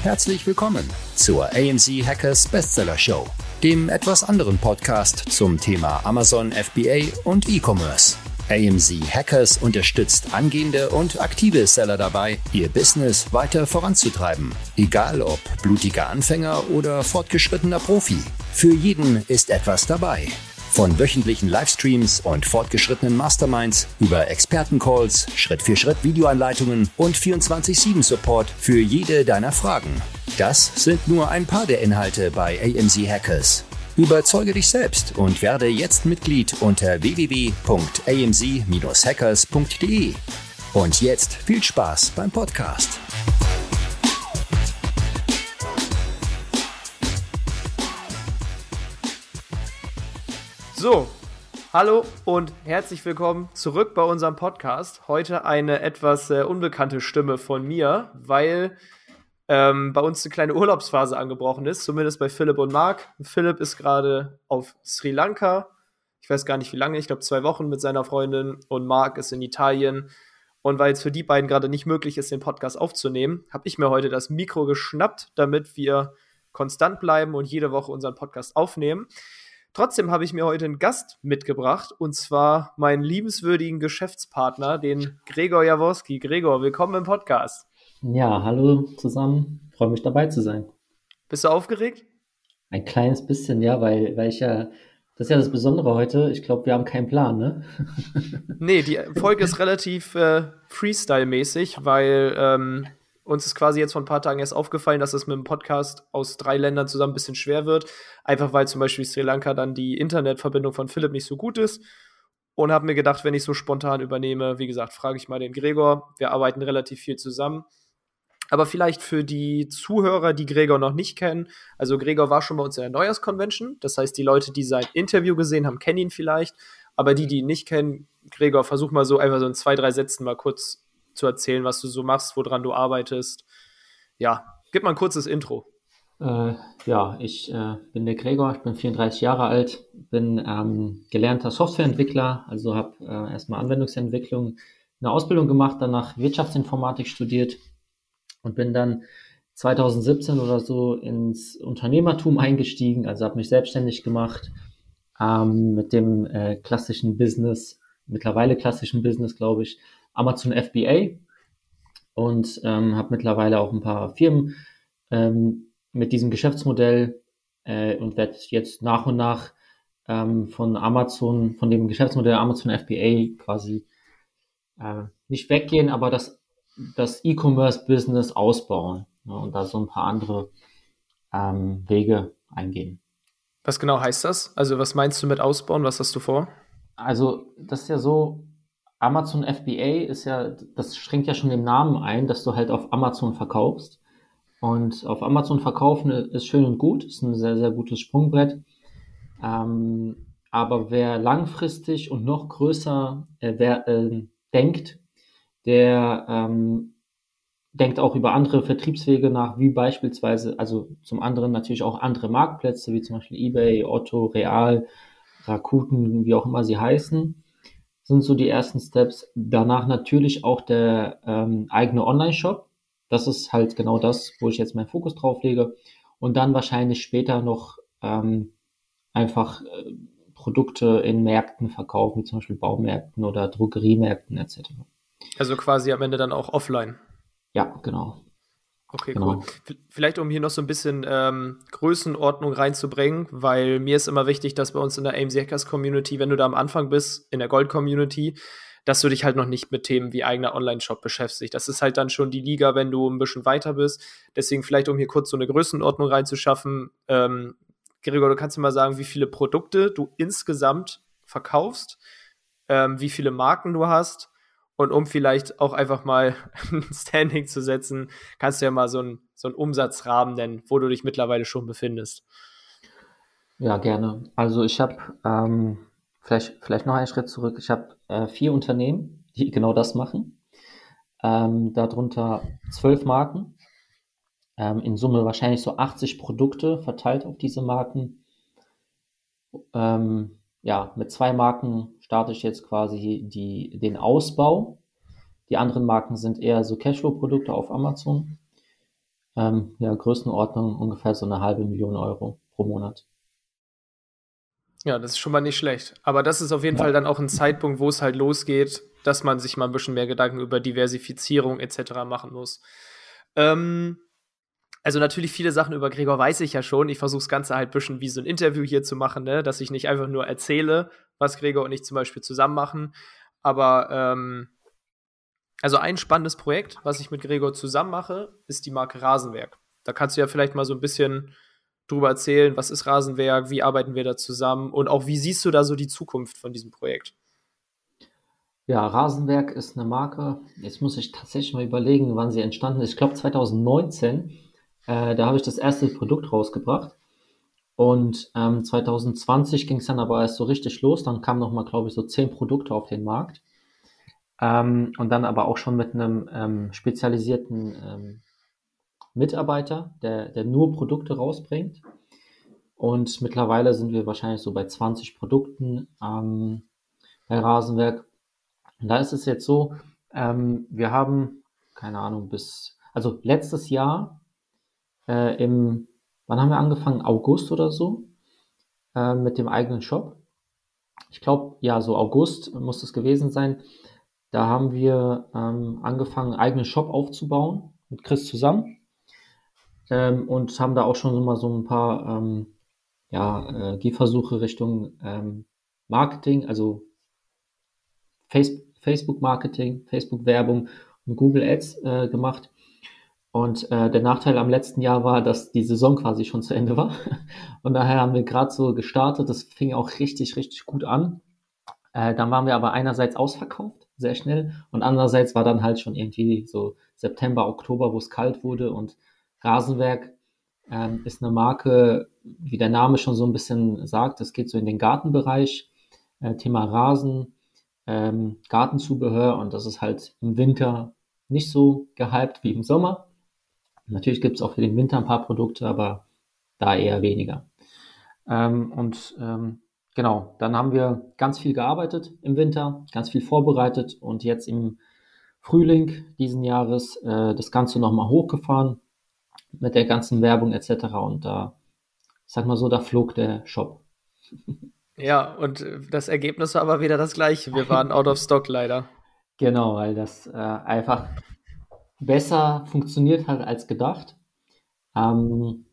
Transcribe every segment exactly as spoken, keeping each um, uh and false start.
Herzlich willkommen zur A M Z Hackers Bestseller Show, dem etwas anderen Podcast zum Thema Amazon F B A und E-Commerce. A M Z Hackers unterstützt angehende und aktive Seller dabei, ihr Business weiter voranzutreiben. Egal ob blutiger Anfänger oder fortgeschrittener Profi. Für jeden ist etwas dabei. Von wöchentlichen Livestreams und fortgeschrittenen Masterminds über Expertencalls, Schritt-für-Schritt-Videoanleitungen und vierundzwanzig sieben Support für jede deiner Fragen. Das sind nur ein paar der Inhalte bei A M Z Hackers. Überzeuge dich selbst und werde jetzt Mitglied unter w w w punkt a m z dash hackers punkt d e. Und jetzt viel Spaß beim Podcast. So, hallo und herzlich willkommen zurück bei unserem Podcast. Heute eine etwas äh, unbekannte Stimme von mir, weil ähm, bei uns eine kleine Urlaubsphase angebrochen ist, zumindest bei Philipp und Marc. Philipp ist gerade auf Sri Lanka, ich weiß gar nicht wie lange, ich glaube zwei Wochen mit seiner Freundin, und Marc ist in Italien. Und weil es für die beiden gerade nicht möglich ist, den Podcast aufzunehmen, habe ich mir heute das Mikro geschnappt, damit wir konstant bleiben und jede Woche unseren Podcast aufnehmen. Trotzdem habe ich mir heute einen Gast mitgebracht, und zwar meinen liebenswürdigen Geschäftspartner, den Gregor Jaworski. Gregor, willkommen im Podcast. Ja, hallo zusammen. Freue mich, dabei zu sein. Bist du aufgeregt? Ein kleines bisschen, ja, weil, weil ich ja, das ist ja das Besondere heute. Ich glaube, wir haben keinen Plan, ne? Nee, die Folge ist relativ äh, Freestyle-mäßig, weil ähm, uns ist quasi jetzt vor ein paar Tagen erst aufgefallen, dass es mit dem Podcast aus drei Ländern zusammen ein bisschen schwer wird. Einfach weil zum Beispiel Sri Lanka dann die Internetverbindung von Philipp nicht so gut ist. Und habe mir gedacht, wenn ich so spontan übernehme, wie gesagt, frage ich mal den Gregor. Wir arbeiten relativ viel zusammen. Aber vielleicht für die Zuhörer, die Gregor noch nicht kennen. Also Gregor war schon bei uns in der Neujahrs-Convention. Das heißt, die Leute, die sein Interview gesehen haben, kennen ihn vielleicht. Aber die, die ihn nicht kennen, Gregor, versuch mal so einfach so in zwei, drei Sätzen mal kurz zu erzählen, was du so machst, woran du arbeitest. Ja, gib mal ein kurzes Intro. Äh, ja, ich äh, bin der Gregor, ich bin vierunddreißig Jahre alt, bin ähm, gelernter Softwareentwickler, also habe äh, erstmal Anwendungsentwicklung, eine Ausbildung gemacht, danach Wirtschaftsinformatik studiert und bin dann zwanzig siebzehn oder so ins Unternehmertum eingestiegen, also habe mich selbstständig gemacht ähm, mit dem äh, klassischen Business, mittlerweile klassischen Business, glaube ich, Amazon F B A, und ähm, habe mittlerweile auch ein paar Firmen ähm, mit diesem Geschäftsmodell äh, und werde jetzt nach und nach ähm, von Amazon, von dem Geschäftsmodell Amazon F B A quasi äh, nicht weggehen, aber das, das E-Commerce-Business ausbauen, ne, und da so ein paar andere ähm, Wege eingehen. Was genau heißt das? Also was meinst du mit ausbauen? Was hast du vor? Also das ist ja so, Amazon F B A ist ja, das schränkt ja schon den Namen ein, dass du halt auf Amazon verkaufst. Und auf Amazon verkaufen ist schön und gut, ist ein sehr, sehr gutes Sprungbrett. Ähm, aber wer langfristig und noch größer äh, wer, äh, denkt, der ähm, denkt auch über andere Vertriebswege nach, wie beispielsweise, also zum anderen natürlich auch andere Marktplätze, wie zum Beispiel eBay, Otto, Real, Rakuten, wie auch immer sie heißen, sind so die ersten Steps. Danach natürlich auch der ähm, eigene Online-Shop. Das ist halt genau das, wo ich jetzt meinen Fokus drauf lege. Und dann wahrscheinlich später noch ähm, einfach äh, Produkte in Märkten verkaufen, wie zum Beispiel Baumärkten oder Drogeriemärkten et cetera. Also quasi am Ende dann auch offline. Ja, genau. Okay, genau. cool. V- Vielleicht, um hier noch so ein bisschen ähm, Größenordnung reinzubringen, weil mir ist immer wichtig, dass bei uns in der A M Z Hackers Community, wenn du da am Anfang bist, in der Gold Community, dass du dich halt noch nicht mit Themen wie eigener Online-Shop beschäftigst. Das ist halt dann schon die Liga, wenn du ein bisschen weiter bist. Deswegen vielleicht, um hier kurz so eine Größenordnung reinzuschaffen. Ähm, Gregor, du kannst mir mal sagen, wie viele Produkte du insgesamt verkaufst, ähm, wie viele Marken du hast. Und um vielleicht auch einfach mal ein Standing zu setzen, kannst du ja mal so einen, so einen Umsatzrahmen nennen, wo du dich mittlerweile schon befindest. Ja, gerne. Also ich habe ähm, vielleicht, vielleicht noch einen Schritt zurück. Ich habe äh, vier Unternehmen, die genau das machen. Ähm, darunter zwölf Marken. Ähm, in Summe wahrscheinlich so achtzig Produkte verteilt auf diese Marken. Ähm, ja, mit zwei Marken starte ich jetzt quasi die, den Ausbau. Die anderen Marken sind eher so Cashflow-Produkte auf Amazon. Ähm, ja, Größenordnung ungefähr so eine halbe Million Euro pro Monat. Ja, das ist schon mal nicht schlecht. Aber das ist auf jeden Ja. Fall dann auch ein Zeitpunkt, wo es halt losgeht, dass man sich mal ein bisschen mehr Gedanken über Diversifizierung et cetera machen muss. Ähm, also natürlich viele Sachen über Gregor weiß ich ja schon. Ich versuche das Ganze halt ein bisschen wie so ein Interview hier zu machen, ne? Dass ich nicht einfach nur erzähle, was Gregor und ich zum Beispiel zusammen machen. Aber ähm, also ein spannendes Projekt, was ich mit Gregor zusammen mache, ist die Marke Rasenwerk. Da kannst du ja vielleicht mal so ein bisschen drüber erzählen, was ist Rasenwerk, wie arbeiten wir da zusammen und auch wie siehst du da so die Zukunft von diesem Projekt? Ja, Rasenwerk ist eine Marke. Jetzt muss ich tatsächlich mal überlegen, wann sie entstanden ist. Ich glaube zwanzig neunzehn. Äh, da habe ich das erste Produkt rausgebracht. Und ähm, zwanzig zwanzig ging es dann aber erst so richtig los. Dann kamen noch mal, glaube ich, so zehn Produkte auf den Markt. Ähm, und dann aber auch schon mit einem ähm, spezialisierten ähm, Mitarbeiter, der, der nur Produkte rausbringt. Und mittlerweile sind wir wahrscheinlich so bei zwanzig Produkten ähm, bei Rasenwerk. Und da ist es jetzt so, ähm, wir haben, keine Ahnung, bis, also letztes Jahr äh, im, wann haben wir angefangen? August oder so, äh, mit dem eigenen Shop. Ich glaube, ja, so August muss es gewesen sein. Da haben wir ähm, angefangen, einen eigenen Shop aufzubauen mit Chris zusammen ähm, und haben da auch schon mal so ein paar ähm, ja, äh, Gehversuche Richtung ähm, Marketing, also Face Facebook-Marketing, Facebook-Werbung und Google Ads äh, gemacht. Und äh, der Nachteil am letzten Jahr war, dass die Saison quasi schon zu Ende war. Und daher haben wir gerade so gestartet. Das fing auch richtig, richtig gut an. Äh, dann waren wir aber einerseits ausverkauft, sehr schnell. Und andererseits war dann halt schon irgendwie so September, Oktober, wo es kalt wurde. Und Rasenwerk ähm, ist eine Marke, wie der Name schon so ein bisschen sagt, es geht so in den Gartenbereich. Äh, Thema Rasen, ähm, Gartenzubehör. Und das ist halt im Winter nicht so gehypt wie im Sommer. Natürlich gibt es auch für den Winter ein paar Produkte, aber da eher weniger. Ähm, und ähm, genau, dann haben wir ganz viel gearbeitet im Winter, ganz viel vorbereitet und jetzt im Frühling diesen Jahres äh, das Ganze nochmal hochgefahren mit der ganzen Werbung et cetera. Und da, ich sag mal so, da flog der Shop. Ja, und äh, das Ergebnis war aber wieder das gleiche. Wir waren out of stock leider. Genau, weil das äh, einfach besser funktioniert hat als gedacht. Ähm,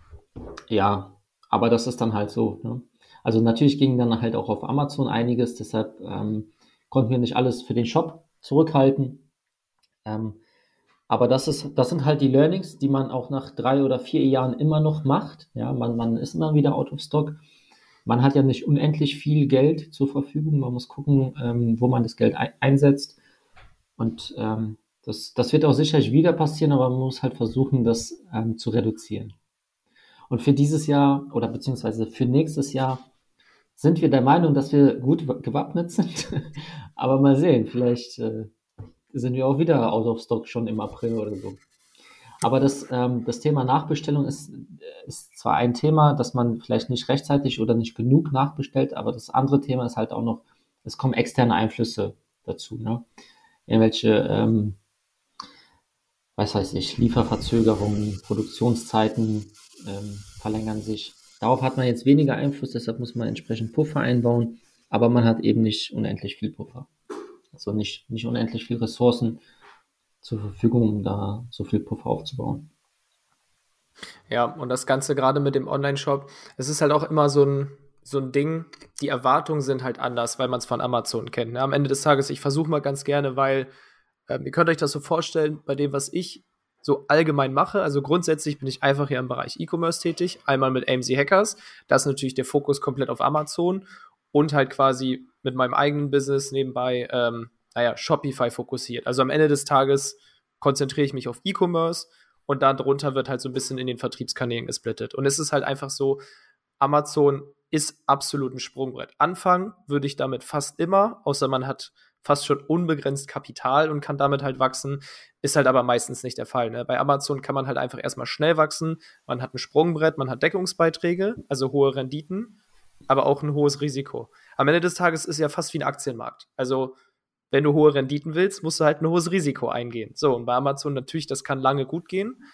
ja, aber das ist dann halt so. Ne? Also natürlich ging dann halt auch auf Amazon einiges, deshalb ähm, konnten wir nicht alles für den Shop zurückhalten. Ähm, aber das ist, das sind halt die Learnings, die man auch nach drei oder vier Jahren immer noch macht. Ja, man, man ist immer wieder out of stock. Man hat ja nicht unendlich viel Geld zur Verfügung. Man muss gucken, ähm, wo man das Geld ein, einsetzt. Und ähm, das, das wird auch sicherlich wieder passieren, aber man muss halt versuchen, das ähm, zu reduzieren. Und für dieses Jahr oder beziehungsweise für nächstes Jahr sind wir der Meinung, dass wir gut gewappnet sind. Aber mal sehen, vielleicht äh, sind wir auch wieder out of stock schon im April oder so. Aber das, ähm, das Thema Nachbestellung ist, ist zwar ein Thema, dass man vielleicht nicht rechtzeitig oder nicht genug nachbestellt, aber das andere Thema ist halt auch noch, es kommen externe Einflüsse dazu. Ne? Irgendwelche, ähm, was weiß ich, Lieferverzögerungen, Produktionszeiten ähm, verlängern sich. Darauf hat man jetzt weniger Einfluss, deshalb muss man entsprechend Puffer einbauen, aber man hat eben nicht unendlich viel Puffer. Also nicht, nicht unendlich viel Ressourcen zur Verfügung, um da so viel Puffer aufzubauen. Ja, und das Ganze gerade mit dem Online-Shop, es ist halt auch immer so ein, so ein Ding, die Erwartungen sind halt anders, weil man es von Amazon kennt. Ne? Am Ende des Tages, ich versuche mal ganz gerne, weil ähm, ihr könnt euch das so vorstellen, bei dem, was ich so allgemein mache, also grundsätzlich bin ich einfach hier im Bereich E-Commerce tätig, einmal mit A M C Hackers, da ist natürlich der Fokus komplett auf Amazon und halt quasi mit meinem eigenen Business nebenbei, ähm, naja, Shopify fokussiert. Also am Ende des Tages konzentriere ich mich auf E-Commerce und darunter wird halt so ein bisschen in den Vertriebskanälen gesplittet. Und es ist halt einfach so, Amazon ist absolut ein Sprungbrett. Anfangen würde ich damit fast immer, außer man hat fast schon unbegrenzt Kapital und kann damit halt wachsen, ist halt aber meistens nicht der Fall. Ne? Bei Amazon kann man halt einfach erstmal schnell wachsen, man hat ein Sprungbrett, man hat Deckungsbeiträge, also hohe Renditen, aber auch ein hohes Risiko. Am Ende des Tages ist ja fast wie ein Aktienmarkt. Also wenn du hohe Renditen willst, musst du halt ein hohes Risiko eingehen. So, und bei Amazon natürlich, das kann lange gut gehen,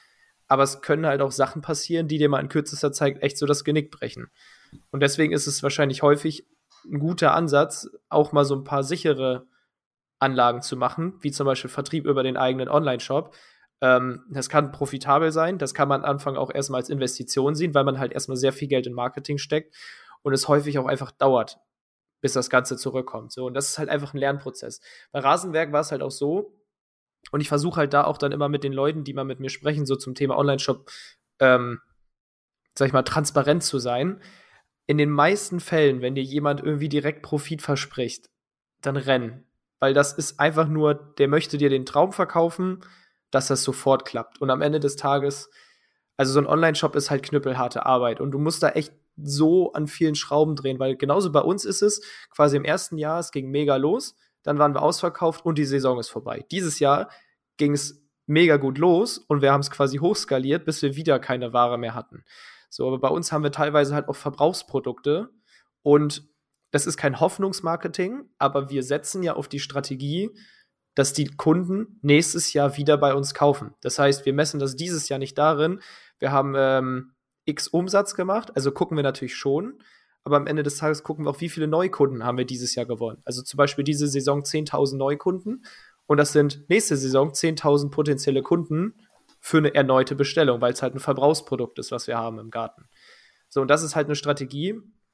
aber es können halt auch Sachen passieren, die dir mal in kürzester Zeit echt so das Genick brechen. Und deswegen ist es wahrscheinlich häufig ein guter Ansatz, auch mal so ein paar sichere Anlagen zu machen, wie zum Beispiel Vertrieb über den eigenen Online-Shop. Ähm, das kann profitabel sein, das kann man am Anfang auch erstmal als Investition sehen, weil man halt erstmal sehr viel Geld in Marketing steckt und es häufig auch einfach dauert, bis das Ganze zurückkommt. So, und das ist halt einfach ein Lernprozess. Bei Rasenwerk war es halt auch so, und ich versuche halt da auch dann immer mit den Leuten, die mal mit mir sprechen, so zum Thema Online-Shop, ähm, sag ich mal, transparent zu sein. In den meisten Fällen, wenn dir jemand irgendwie direkt Profit verspricht, dann renn. Weil das ist einfach nur, der möchte dir den Traum verkaufen, dass das sofort klappt. Und am Ende des Tages, also so ein Online-Shop ist halt knüppelharte Arbeit. Und du musst da echt so an vielen Schrauben drehen, weil genauso bei uns ist es, quasi im ersten Jahr, es ging mega los, dann waren wir ausverkauft und die Saison ist vorbei. Dieses Jahr ging es mega gut los und wir haben es quasi hochskaliert, bis wir wieder keine Ware mehr hatten. So, aber bei uns haben wir teilweise halt auch Verbrauchsprodukte und das ist kein Hoffnungsmarketing, aber wir setzen ja auf die Strategie, dass die Kunden nächstes Jahr wieder bei uns kaufen. Das heißt, wir messen das dieses Jahr nicht darin, wir haben ähm, X Umsatz gemacht, also gucken wir natürlich schon, aber am Ende des Tages gucken wir auch, wie viele Neukunden haben wir dieses Jahr gewonnen. Also zum Beispiel diese Saison zehntausend Neukunden und das sind nächste Saison zehntausend potenzielle Kunden für eine erneute Bestellung, weil es halt ein Verbrauchsprodukt ist, was wir haben im Garten. So, und das ist halt eine Strategie,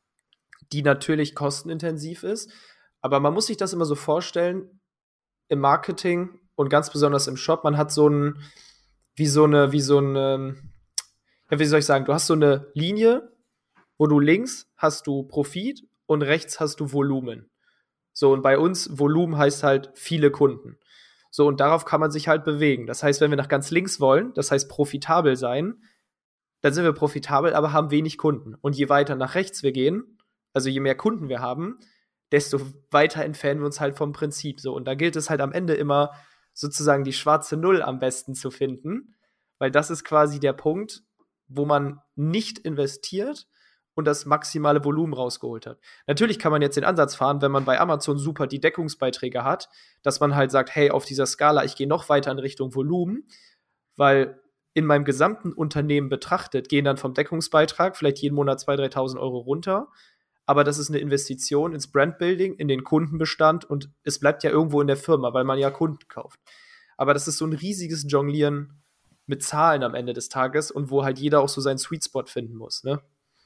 die natürlich kostenintensiv ist, aber man muss sich das immer so vorstellen, im Marketing und ganz besonders im Shop, man hat so ein, wie so eine, wie so eine, ja, wie soll ich sagen, du hast so eine Linie, wo du links hast du Profit und rechts hast du Volumen. So, und bei uns Volumen heißt halt viele Kunden. So, und darauf kann man sich halt bewegen. Das heißt, wenn wir nach ganz links wollen, das heißt profitabel sein, dann sind wir profitabel, aber haben wenig Kunden. Und je weiter nach rechts wir gehen, also je mehr Kunden wir haben, desto weiter entfernen wir uns halt vom Prinzip. So, und da gilt es halt am Ende immer sozusagen die schwarze Null am besten zu finden, weil das ist quasi der Punkt, wo man nicht investiert und das maximale Volumen rausgeholt hat. Natürlich kann man jetzt den Ansatz fahren, wenn man bei Amazon super die Deckungsbeiträge hat, dass man halt sagt, hey, auf dieser Skala, ich gehe noch weiter in Richtung Volumen, weil in meinem gesamten Unternehmen betrachtet, gehen dann vom Deckungsbeitrag vielleicht jeden Monat zweitausend, dreitausend Euro runter, aber das ist eine Investition ins Brandbuilding, in den Kundenbestand und es bleibt ja irgendwo in der Firma, weil man ja Kunden kauft. Aber das ist so ein riesiges Jonglieren mit Zahlen am Ende des Tages und wo halt jeder auch so seinen Sweet Spot finden muss, ne?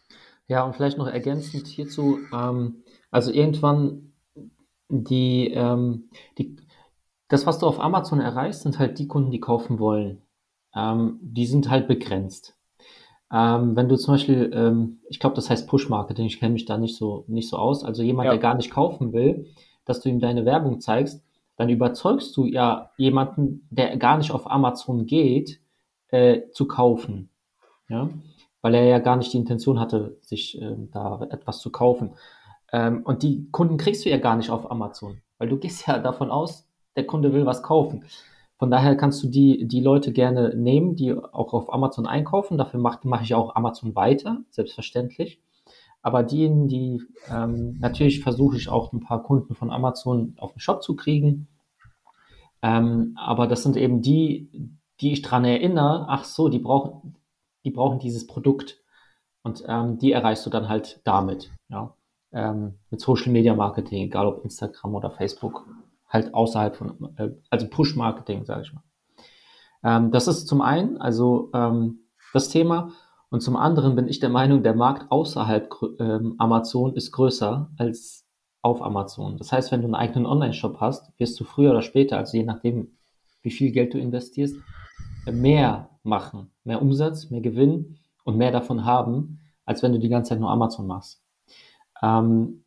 Ja, und vielleicht noch ergänzend hierzu, ähm, also irgendwann die, ähm, die, das, was du auf Amazon erreichst, sind halt die Kunden, die kaufen wollen. Ähm, die sind halt begrenzt. Ähm, wenn du zum Beispiel, ähm, ich glaube, das heißt Push-Marketing, ich kenne mich da nicht so, nicht so aus, also jemand, Ja. der gar nicht kaufen will, dass du ihm deine Werbung zeigst, dann überzeugst du ja jemanden, der gar nicht auf Amazon geht, äh, zu kaufen. Ja, weil er ja gar nicht die Intention hatte, sich ähm, da etwas zu kaufen. Ähm, und die Kunden kriegst du ja gar nicht auf Amazon, weil du gehst ja davon aus, der Kunde will was kaufen. Von daher kannst du die, die Leute gerne nehmen, die auch auf Amazon einkaufen. Dafür mache mach ich auch Amazon weiter, selbstverständlich. Aber diejenigen, die, ähm, natürlich versuche ich auch ein paar Kunden von Amazon auf den Shop zu kriegen. Ähm, aber das sind eben die, die ich dran erinnere, ach so, die brauchen, die brauchen dieses Produkt und ähm, die erreichst du dann halt damit, ja, ähm, mit Social Media Marketing, egal ob Instagram oder Facebook, halt außerhalb von, äh, also Push Marketing, sage ich mal. Ähm, das ist zum einen, also ähm, das Thema, und zum anderen bin ich der Meinung, der Markt außerhalb ähm, Amazon ist größer als auf Amazon. Das heißt, wenn du einen eigenen Online-Shop hast, wirst du früher oder später, also je nachdem, wie viel Geld du investierst, mehr machen, mehr Umsatz, mehr Gewinn und mehr davon haben, als wenn du die ganze Zeit nur Amazon machst. Ähm,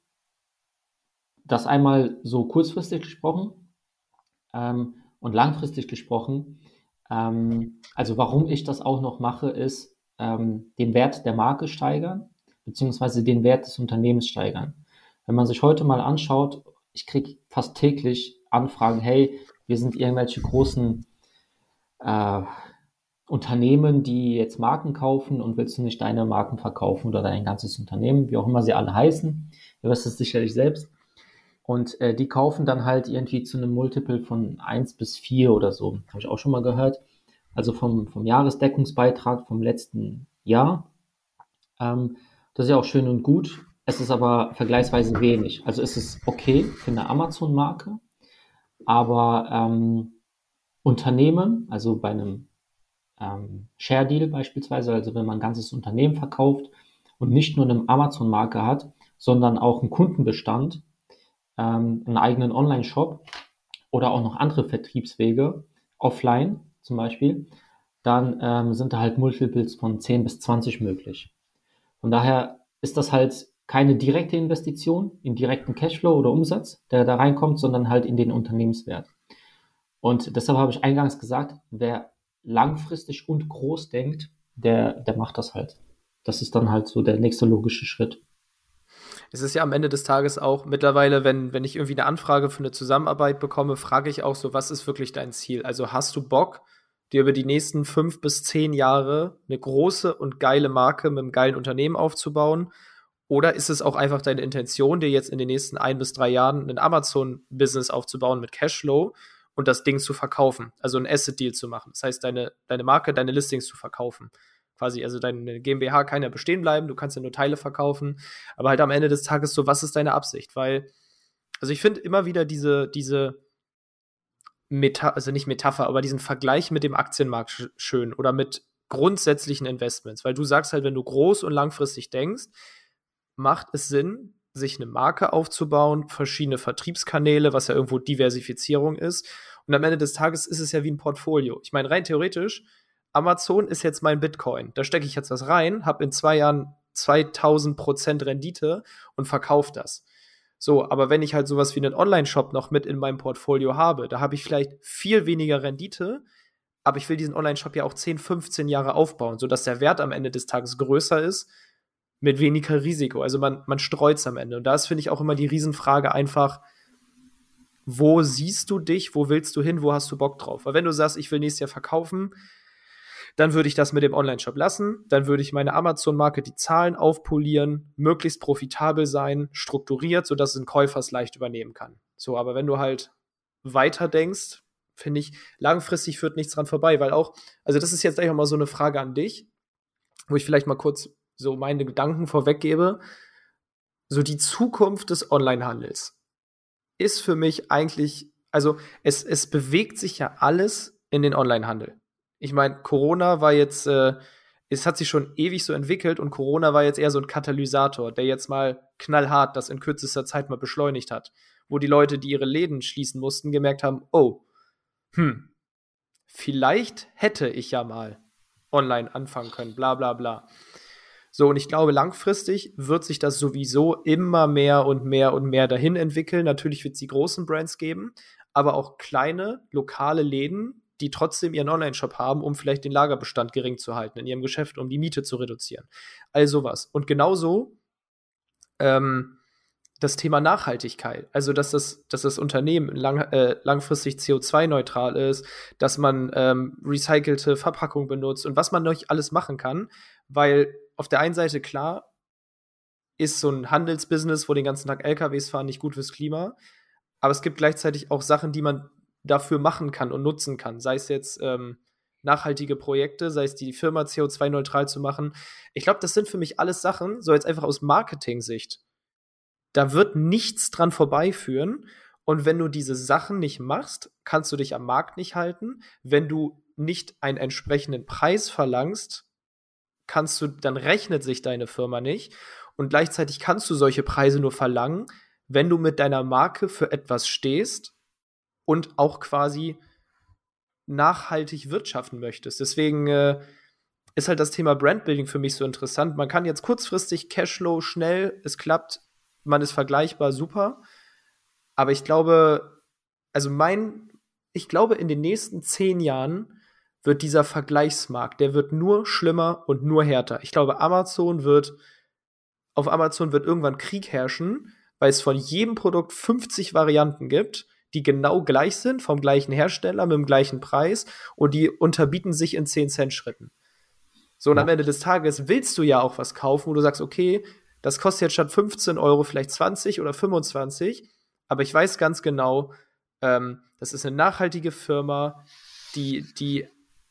das einmal so kurzfristig gesprochen ähm, und langfristig gesprochen. Ähm, also warum ich das auch noch mache, ist ähm, den Wert der Marke steigern, beziehungsweise den Wert des Unternehmens steigern. Wenn man sich heute mal anschaut, ich kriege fast täglich Anfragen, hey, wir sind irgendwelche großen äh, Unternehmen, die jetzt Marken kaufen und willst du nicht deine Marken verkaufen oder dein ganzes Unternehmen, wie auch immer sie alle heißen, du weißt es sicherlich selbst. Und äh, die kaufen dann halt irgendwie zu einem Multiple von eins bis vier oder so, habe ich auch schon mal gehört. also vom, vom Jahresdeckungsbeitrag vom letzten Jahr. Ähm, das ist ja auch schön und gut. Es ist aber vergleichsweise wenig. Also es ist okay für eine Amazon-Marke, aber ähm, Unternehmen, also bei einem ähm, Share-Deal beispielsweise, also wenn man ein ganzes Unternehmen verkauft und nicht nur eine Amazon-Marke hat, sondern auch einen Kundenbestand, ähm, einen eigenen Online-Shop oder auch noch andere Vertriebswege, offline zum Beispiel, dann ähm, sind da halt Multiples von zehn bis zwanzig möglich. Von daher ist das halt keine direkte Investition in direkten Cashflow oder Umsatz, der da reinkommt, sondern halt in den Unternehmenswert. Und deshalb habe ich eingangs gesagt, wer langfristig und groß denkt, der, der macht das halt. Das ist dann halt so der nächste logische Schritt. Es ist ja am Ende des Tages auch mittlerweile, wenn, wenn ich irgendwie eine Anfrage für eine Zusammenarbeit bekomme, frage ich auch so, was ist wirklich dein Ziel? Also hast du Bock, dir über die nächsten fünf bis zehn Jahre eine große und geile Marke mit einem geilen Unternehmen aufzubauen? Oder ist es auch einfach deine Intention, dir jetzt in den nächsten ein bis drei Jahren ein Amazon-Business aufzubauen mit Cashflow und das Ding zu verkaufen, also ein Asset-Deal zu machen? Das heißt, deine, deine Marke, deine Listings zu verkaufen. Quasi, also deine GmbH kann ja bestehen bleiben, du kannst ja nur Teile verkaufen, aber halt am Ende des Tages so, was ist deine Absicht? Weil, also ich finde immer wieder diese, diese Meta, also nicht Metapher, aber diesen Vergleich mit dem Aktienmarkt sch- schön oder mit grundsätzlichen Investments, weil du sagst halt, wenn du groß und langfristig denkst, macht es Sinn, sich eine Marke aufzubauen, verschiedene Vertriebskanäle, was ja irgendwo Diversifizierung ist. Und am Ende des Tages ist es ja wie ein Portfolio. Ich meine, rein theoretisch, Amazon ist jetzt mein Bitcoin. Da stecke ich jetzt was rein, habe in zwei Jahren zweitausend Prozent Rendite und verkaufe das. So, aber wenn ich halt sowas wie einen Online-Shop noch mit in meinem Portfolio habe, da habe ich vielleicht viel weniger Rendite, aber ich will diesen Online-Shop ja auch zehn, fünfzehn Jahre aufbauen, sodass der Wert am Ende des Tages größer ist, mit weniger Risiko. Also man, man streut es am Ende. Und da ist, finde ich, auch immer die Riesenfrage einfach, wo siehst du dich, wo willst du hin, wo hast du Bock drauf? Weil wenn du sagst, ich will nächstes Jahr verkaufen, dann würde ich das mit dem Online-Shop lassen. Dann würde ich meine Amazon-Marke die Zahlen aufpolieren, möglichst profitabel sein, strukturiert, sodass ein Käufer es leicht übernehmen kann. So, aber wenn du halt weiter denkst, finde ich, langfristig führt nichts dran vorbei, weil auch, also das ist jetzt einfach mal so eine Frage an dich, wo ich vielleicht mal kurz so meine Gedanken vorweggebe. So die Zukunft des Onlinehandels ist für mich eigentlich, also es, es bewegt sich ja alles in den Onlinehandel. Ich meine, Corona war jetzt, äh, es hat sich schon ewig so entwickelt und Corona war jetzt eher so ein Katalysator, der jetzt mal knallhart das in kürzester Zeit mal beschleunigt hat, wo die Leute, die ihre Läden schließen mussten, gemerkt haben, oh, hm, vielleicht hätte ich ja mal online anfangen können, bla bla bla. So, und ich glaube, langfristig wird sich das sowieso immer mehr und mehr und mehr dahin entwickeln. Natürlich wird es die großen Brands geben, aber auch kleine, lokale Läden, die trotzdem ihren Online-Shop haben, um vielleicht den Lagerbestand gering zu halten in ihrem Geschäft, um die Miete zu reduzieren. All sowas. Und genauso ähm, das Thema Nachhaltigkeit. Also, dass das, dass das Unternehmen lang, äh, langfristig C O zwei neutral ist, dass man ähm, recycelte Verpackung benutzt und was man noch alles machen kann, weil auf der einen Seite, klar, ist so ein Handelsbusiness, wo den ganzen Tag L K Ws fahren, nicht gut fürs Klima, aber es gibt gleichzeitig auch Sachen, die man dafür machen kann und nutzen kann. Sei es jetzt ähm, nachhaltige Projekte, sei es die Firma C O zwei neutral zu machen. Ich glaube, das sind für mich alles Sachen, so jetzt einfach aus Marketing-Sicht. Da wird nichts dran vorbeiführen. Und wenn du diese Sachen nicht machst, kannst du dich am Markt nicht halten. Wenn du nicht einen entsprechenden Preis verlangst, kannst du, dann rechnet sich deine Firma nicht. Und gleichzeitig kannst du solche Preise nur verlangen, wenn du mit deiner Marke für etwas stehst und auch quasi nachhaltig wirtschaften möchtest. Deswegen äh, ist halt das Thema Brandbuilding für mich so interessant. Man kann jetzt kurzfristig Cashflow schnell, es klappt, man ist vergleichbar, super. Aber ich glaube, also mein, ich glaube, in den nächsten zehn Jahren wird dieser Vergleichsmarkt, der wird nur schlimmer und nur härter. Ich glaube, Amazon wird, auf Amazon wird irgendwann Krieg herrschen, weil es von jedem Produkt fünfzig Varianten gibt, die genau gleich sind, vom gleichen Hersteller, mit dem gleichen Preis und die unterbieten sich in zehn Cent Schritten. So, und ja. Am Ende des Tages willst du ja auch was kaufen, wo du sagst, okay, das kostet jetzt statt fünfzehn Euro vielleicht zwanzig oder fünfundzwanzig, aber ich weiß ganz genau, ähm, das ist eine nachhaltige Firma, die, die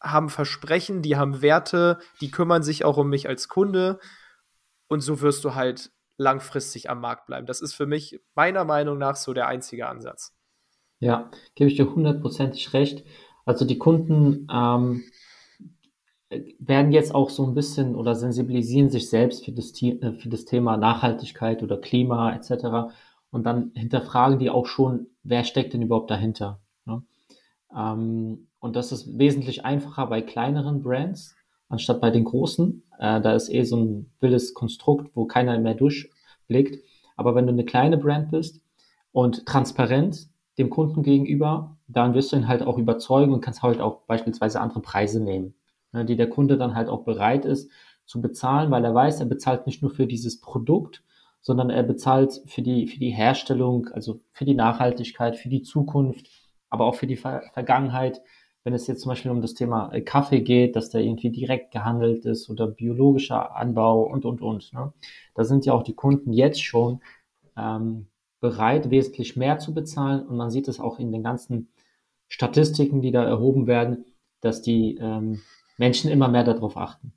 haben Versprechen, die haben Werte, die kümmern sich auch um mich als Kunde und so wirst du halt langfristig am Markt bleiben. Das ist für mich meiner Meinung nach so der einzige Ansatz. Ja, gebe ich dir hundertprozentig recht. Also die Kunden ähm, werden jetzt auch so ein bisschen oder sensibilisieren sich selbst für das, für das Thema Nachhaltigkeit oder Klima et cetera. Und dann hinterfragen die auch schon, wer steckt denn überhaupt dahinter? Ja? Ähm, und das ist wesentlich einfacher bei kleineren Brands, anstatt bei den großen. Äh, da ist eh so ein wildes Konstrukt, wo keiner mehr durchblickt. Aber wenn du eine kleine Brand bist und transparent dem Kunden gegenüber, dann wirst du ihn halt auch überzeugen und kannst halt auch beispielsweise andere Preise nehmen, ne, die der Kunde dann halt auch bereit ist zu bezahlen, weil er weiß, er bezahlt nicht nur für dieses Produkt, sondern er bezahlt für die, für die Herstellung, also für die Nachhaltigkeit, für die Zukunft, aber auch für die Ver- Vergangenheit. Wenn es jetzt zum Beispiel um das Thema äh, Kaffee geht, dass der irgendwie direkt gehandelt ist oder biologischer Anbau und, und, und. Ne? Da sind ja auch die Kunden jetzt schon ähm, bereit, wesentlich mehr zu bezahlen. Und man sieht es auch in den ganzen Statistiken, die da erhoben werden, dass die ähm, Menschen immer mehr darauf achten.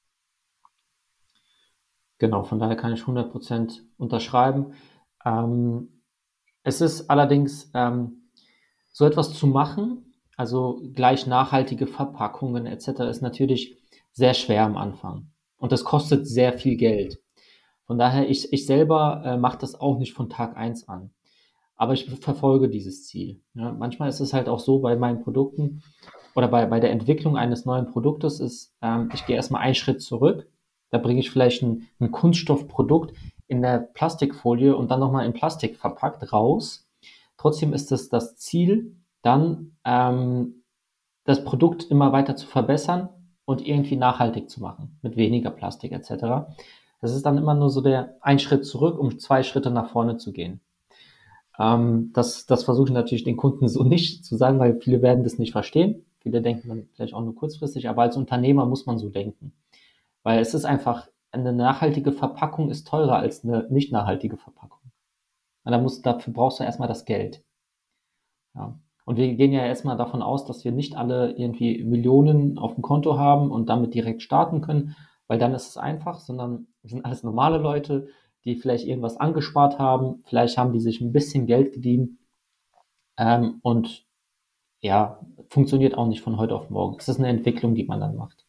Genau, von daher kann ich hundert Prozent unterschreiben. Ähm, es ist allerdings ähm, so etwas zu machen, also gleich nachhaltige Verpackungen et cetera, ist natürlich sehr schwer am Anfang. Und das kostet sehr viel Geld. Von daher, ich, ich selber äh, mache das auch nicht von Tag eins an. Aber ich verfolge dieses Ziel. Ja, manchmal ist es halt auch so bei meinen Produkten oder bei, bei der Entwicklung eines neuen Produktes ist, ähm, ich gehe erstmal einen Schritt zurück. Da bringe ich vielleicht ein, ein Kunststoffprodukt in der Plastikfolie und dann nochmal in Plastik verpackt raus. Trotzdem ist es das Ziel, dann ähm, das Produkt immer weiter zu verbessern und irgendwie nachhaltig zu machen, mit weniger Plastik et cetera. Das ist dann immer nur so der ein Schritt zurück, um zwei Schritte nach vorne zu gehen. Ähm, das, das versuche ich natürlich den Kunden so nicht zu sagen, weil viele werden das nicht verstehen. Viele denken dann vielleicht auch nur kurzfristig, aber als Unternehmer muss man so denken. Weil es ist einfach, eine nachhaltige Verpackung ist teurer als eine nicht nachhaltige Verpackung. Und da muss, dafür brauchst du erstmal das Geld. Ja. Und wir gehen ja erstmal davon aus, dass wir nicht alle irgendwie Millionen auf dem Konto haben und damit direkt starten können, weil dann ist es einfach, sondern wir sind alles normale Leute, die vielleicht irgendwas angespart haben, vielleicht haben die sich ein bisschen Geld geliehen ähm, und ja, funktioniert auch nicht von heute auf morgen. Es ist eine Entwicklung, die man dann macht.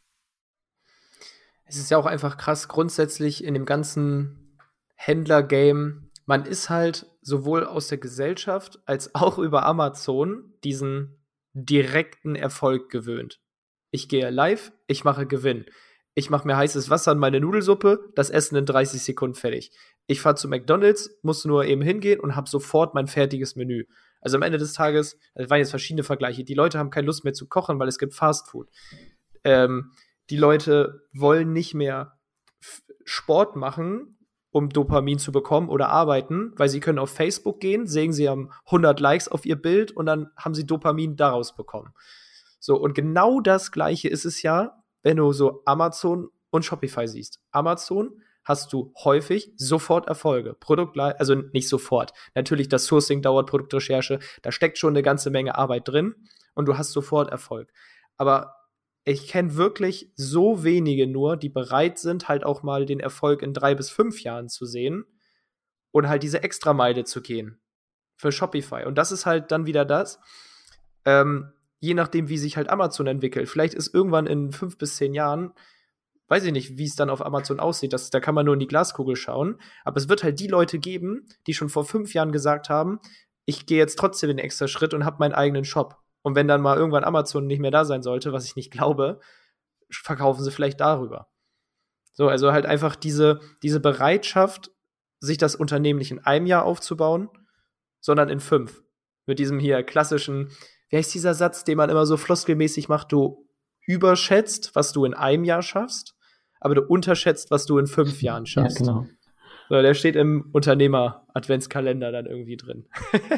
Es ist ja auch einfach krass, grundsätzlich in dem ganzen Händler-Game, man ist halt sowohl aus der Gesellschaft als auch über Amazon diesen direkten Erfolg gewöhnt. Ich gehe live, ich mache Gewinn. Ich mache mir heißes Wasser in meine Nudelsuppe, das Essen in dreißig Sekunden fertig. Ich fahre zu McDonald's, muss nur eben hingehen und habe sofort mein fertiges Menü. Also am Ende des Tages, das waren jetzt verschiedene Vergleiche, die Leute haben keine Lust mehr zu kochen, weil es gibt Fastfood. Ähm, die Leute wollen nicht mehr F- Sport machen, um Dopamin zu bekommen oder arbeiten, weil sie können auf Facebook gehen, sehen sie haben hundert Likes auf ihr Bild und dann haben sie Dopamin daraus bekommen. So, und genau das Gleiche ist es ja, wenn du so Amazon und Shopify siehst. Amazon hast du häufig sofort Erfolge. Produkt, also nicht sofort. Natürlich, das Sourcing dauert, Produktrecherche, da steckt schon eine ganze Menge Arbeit drin und du hast sofort Erfolg. Aber ich kenne wirklich so wenige nur, die bereit sind, halt auch mal den Erfolg in drei bis fünf Jahren zu sehen und halt diese Extrameile zu gehen für Shopify. Und das ist halt dann wieder das, ähm, je nachdem, wie sich halt Amazon entwickelt. Vielleicht ist irgendwann in fünf bis zehn Jahren, weiß ich nicht, wie es dann auf Amazon aussieht, das, da kann man nur in die Glaskugel schauen, aber es wird halt die Leute geben, die schon vor fünf Jahren gesagt haben, ich gehe jetzt trotzdem den extra Schritt und habe meinen eigenen Shop. Und wenn dann mal irgendwann Amazon nicht mehr da sein sollte, was ich nicht glaube, verkaufen sie vielleicht darüber. So, also halt einfach diese, diese Bereitschaft, sich das Unternehmen nicht in einem Jahr aufzubauen, sondern in fünf. Mit diesem hier klassischen, wie heißt dieser Satz, den man immer so floskelmäßig macht, du überschätzt, was du in einem Jahr schaffst, aber du unterschätzt, was du in fünf Jahren schaffst. Ja, genau. So, der steht im Unternehmer-Adventskalender dann irgendwie drin.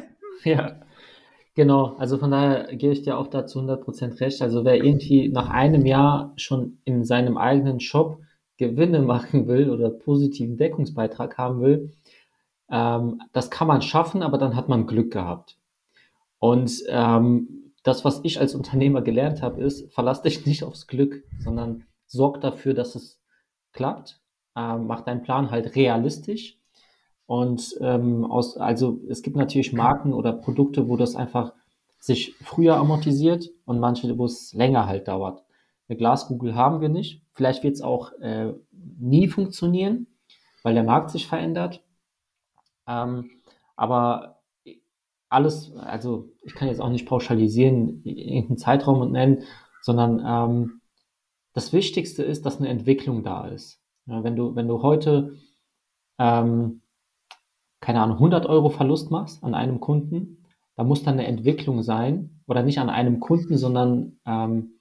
Ja, genau. Also von daher gebe ich dir auch dazu hundert Prozent recht. Also wer irgendwie nach einem Jahr schon in seinem eigenen Shop Gewinne machen will oder positiven Deckungsbeitrag haben will, ähm, das kann man schaffen, aber dann hat man Glück gehabt. Und ähm, das, was ich als Unternehmer gelernt habe, ist, verlass dich nicht aufs Glück, sondern sorg dafür, dass es klappt. Ähm, mach deinen Plan halt realistisch. Und ähm, aus, also es gibt natürlich Marken oder Produkte, wo das einfach sich früher amortisiert und manche, wo es länger halt dauert. Eine Glaskugel haben wir nicht. Vielleicht wird es auch äh, nie funktionieren, weil der Markt sich verändert. Ähm, aber alles, also ich kann jetzt auch nicht pauschalisieren, irgendeinen Zeitraum und nennen, sondern ähm, das Wichtigste ist, dass eine Entwicklung da ist. Ja, wenn du, wenn du heute ähm, keine Ahnung, hundert Euro Verlust machst an einem Kunden, da muss dann eine Entwicklung sein, oder nicht an einem Kunden, sondern ähm,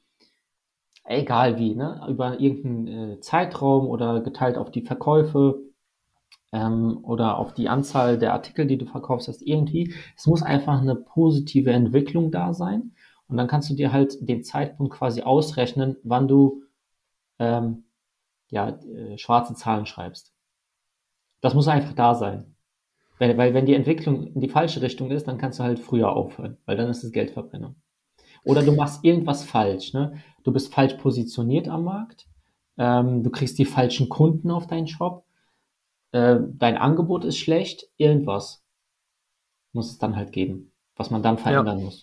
egal wie, ne? Über irgendeinen äh, Zeitraum oder geteilt auf die Verkäufe ähm, oder auf die Anzahl der Artikel, die du verkaufst hast, irgendwie. Es muss einfach eine positive Entwicklung da sein. Und dann kannst du dir halt den Zeitpunkt quasi ausrechnen, wann du ähm, ja, äh, schwarze Zahlen schreibst. Das muss einfach da sein. Weil, weil wenn die Entwicklung in die falsche Richtung ist, dann kannst du halt früher aufhören, weil dann ist es Geldverbrennung. Oder du machst irgendwas falsch, ne? Du bist falsch positioniert am Markt, ähm, du kriegst die falschen Kunden auf deinen Shop, äh, dein Angebot ist schlecht, irgendwas muss es dann halt geben, was man dann verändern Ja. muss.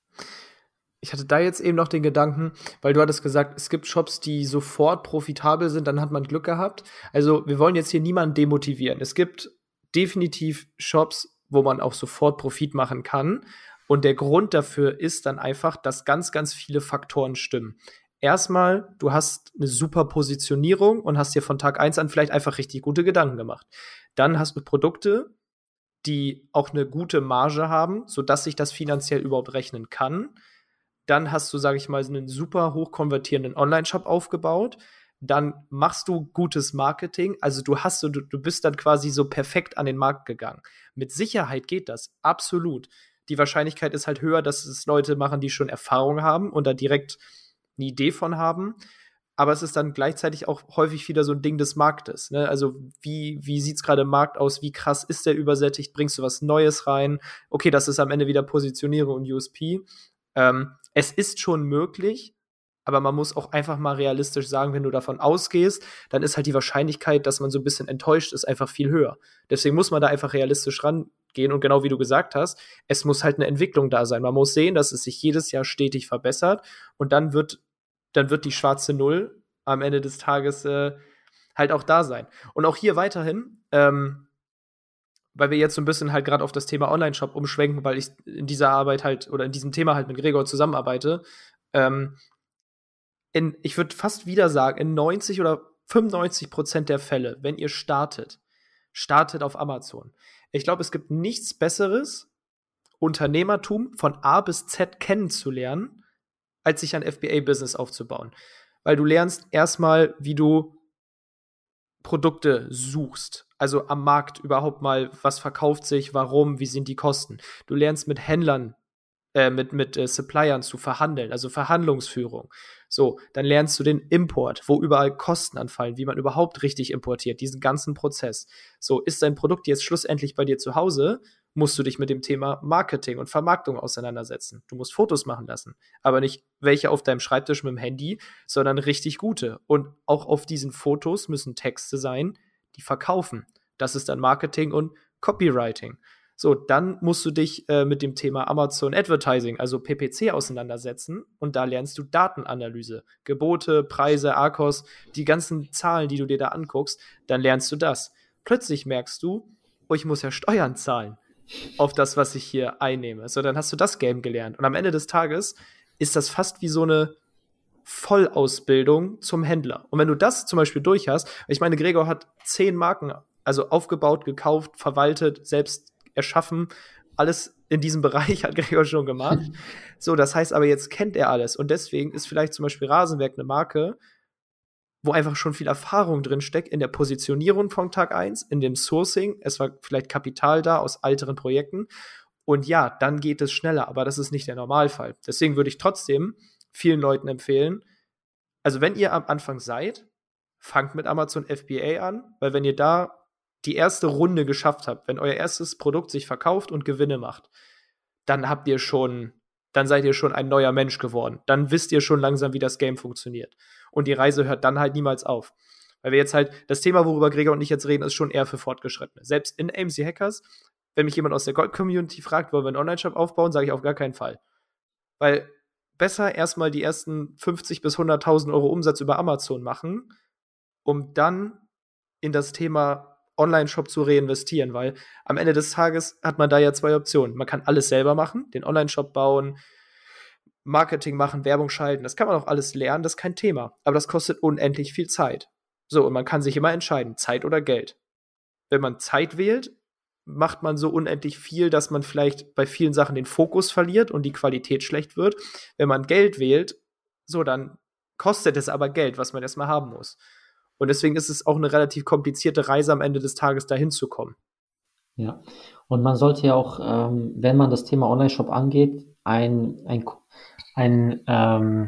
Ich hatte da jetzt eben noch den Gedanken, weil du hattest gesagt, es gibt Shops, die sofort profitabel sind, dann hat man Glück gehabt. Also wir wollen jetzt hier niemanden demotivieren. Es gibt definitiv Shops, wo man auch sofort Profit machen kann. Und der Grund dafür ist dann einfach, dass ganz, ganz viele Faktoren stimmen. Erstmal, du hast eine super Positionierung und hast dir von Tag eins an vielleicht einfach richtig gute Gedanken gemacht. Dann hast du Produkte, die auch eine gute Marge haben, sodass sich das finanziell überhaupt rechnen kann. Dann hast du, sage ich mal, einen super hoch konvertierenden Online-Shop aufgebaut. Dann machst du gutes Marketing. Also du hast so, du, du bist dann quasi so perfekt an den Markt gegangen. Mit Sicherheit geht das, absolut. Die Wahrscheinlichkeit ist halt höher, dass es Leute machen, die schon Erfahrung haben und da direkt eine Idee von haben. Aber es ist dann gleichzeitig auch häufig wieder so ein Ding des Marktes. Ne? Also wie, wie sieht es gerade im Markt aus? Wie krass ist der übersättigt? Bringst du was Neues rein? Okay, das ist am Ende wieder Positionierung und U S P. Ähm, es ist schon möglich, aber man muss auch einfach mal realistisch sagen, wenn du davon ausgehst, dann ist halt die Wahrscheinlichkeit, dass man so ein bisschen enttäuscht ist, einfach viel höher. Deswegen muss man da einfach realistisch rangehen und genau wie du gesagt hast, es muss halt eine Entwicklung da sein. Man muss sehen, dass es sich jedes Jahr stetig verbessert und dann wird, dann wird die schwarze Null am Ende des Tages äh, halt auch da sein. Und auch hier weiterhin, ähm, weil wir jetzt so ein bisschen halt gerade auf das Thema Online-Shop umschwenken, weil ich in dieser Arbeit halt oder in diesem Thema halt mit Gregor zusammenarbeite. Ähm, in, ich würde fast wieder sagen, in neunzig oder fünfundneunzig Prozent der Fälle, wenn ihr startet, startet auf Amazon. Ich glaube, es gibt nichts Besseres, Unternehmertum von A bis Z kennenzulernen, als sich ein F B A-Business aufzubauen. Weil du lernst erstmal, wie du Produkte suchst. Also am Markt überhaupt mal, was verkauft sich, warum, wie sind die Kosten. Du lernst mit Händlern, äh, mit, mit äh, Suppliern zu verhandeln, also Verhandlungsführung. So, dann lernst du den Import, wo überall Kosten anfallen, wie man überhaupt richtig importiert, diesen ganzen Prozess. So, ist dein Produkt jetzt schlussendlich bei dir zu Hause, musst du dich mit dem Thema Marketing und Vermarktung auseinandersetzen. Du musst Fotos machen lassen, aber nicht welche auf deinem Schreibtisch mit dem Handy, sondern richtig gute. Und auch auf diesen Fotos müssen Texte sein, die verkaufen. Das ist dann Marketing und Copywriting. So, dann musst du dich äh, mit dem Thema Amazon Advertising, also P P C, auseinandersetzen und da lernst du Datenanalyse, Gebote, Preise, A K O S, die ganzen Zahlen, die du dir da anguckst, dann lernst du das. Plötzlich merkst du, oh, ich muss ja Steuern zahlen auf das, was ich hier einnehme. So, dann hast du das Game gelernt. Und am Ende des Tages ist das fast wie so eine Vollausbildung zum Händler. Und wenn du das zum Beispiel durch hast, ich meine, Gregor hat zehn Marken, also aufgebaut, gekauft, verwaltet, selbst erschaffen, alles in diesem Bereich hat Gregor schon gemacht. So, das heißt aber, jetzt kennt er alles. Und deswegen ist vielleicht zum Beispiel Rasenwerk eine Marke, wo einfach schon viel Erfahrung drin steckt in der Positionierung von Tag eins, in dem Sourcing. Es war vielleicht Kapital da aus älteren Projekten. Und ja, dann geht es schneller, aber das ist nicht der Normalfall. Deswegen würde ich trotzdem vielen Leuten empfehlen, also wenn ihr am Anfang seid, fangt mit Amazon F B A an, weil wenn ihr da die erste Runde geschafft habt, wenn euer erstes Produkt sich verkauft und Gewinne macht, dann habt ihr schon dann seid ihr schon ein neuer Mensch geworden. Dann wisst ihr schon langsam, wie das Game funktioniert. Und die Reise hört dann halt niemals auf. Weil wir jetzt halt, das Thema, worüber Gregor und ich jetzt reden, ist schon eher für Fortgeschrittene. Selbst in A M C Hackers, wenn mich jemand aus der Gold-Community fragt, wollen wir einen Online-Shop aufbauen, sage ich auf gar keinen Fall. Weil besser erstmal die ersten fünfzig bis hunderttausend Euro Umsatz über Amazon machen, um dann in das Thema Online-Shop zu reinvestieren, weil am Ende des Tages hat man da ja zwei Optionen. Man kann alles selber machen, den Online-Shop bauen, Marketing machen, Werbung schalten, das kann man auch alles lernen, das ist kein Thema. Aber das kostet unendlich viel Zeit. So, und man kann sich immer entscheiden, Zeit oder Geld. Wenn man Zeit wählt, macht man so unendlich viel, dass man vielleicht bei vielen Sachen den Fokus verliert und die Qualität schlecht wird. Wenn man Geld wählt, so, dann kostet es aber Geld, was man erstmal haben muss. Und deswegen ist es auch eine relativ komplizierte Reise am Ende des Tages, dahin zu kommen. Ja, und man sollte ja auch, ähm, wenn man das Thema Online-Shop angeht, ein, ein, ein ähm,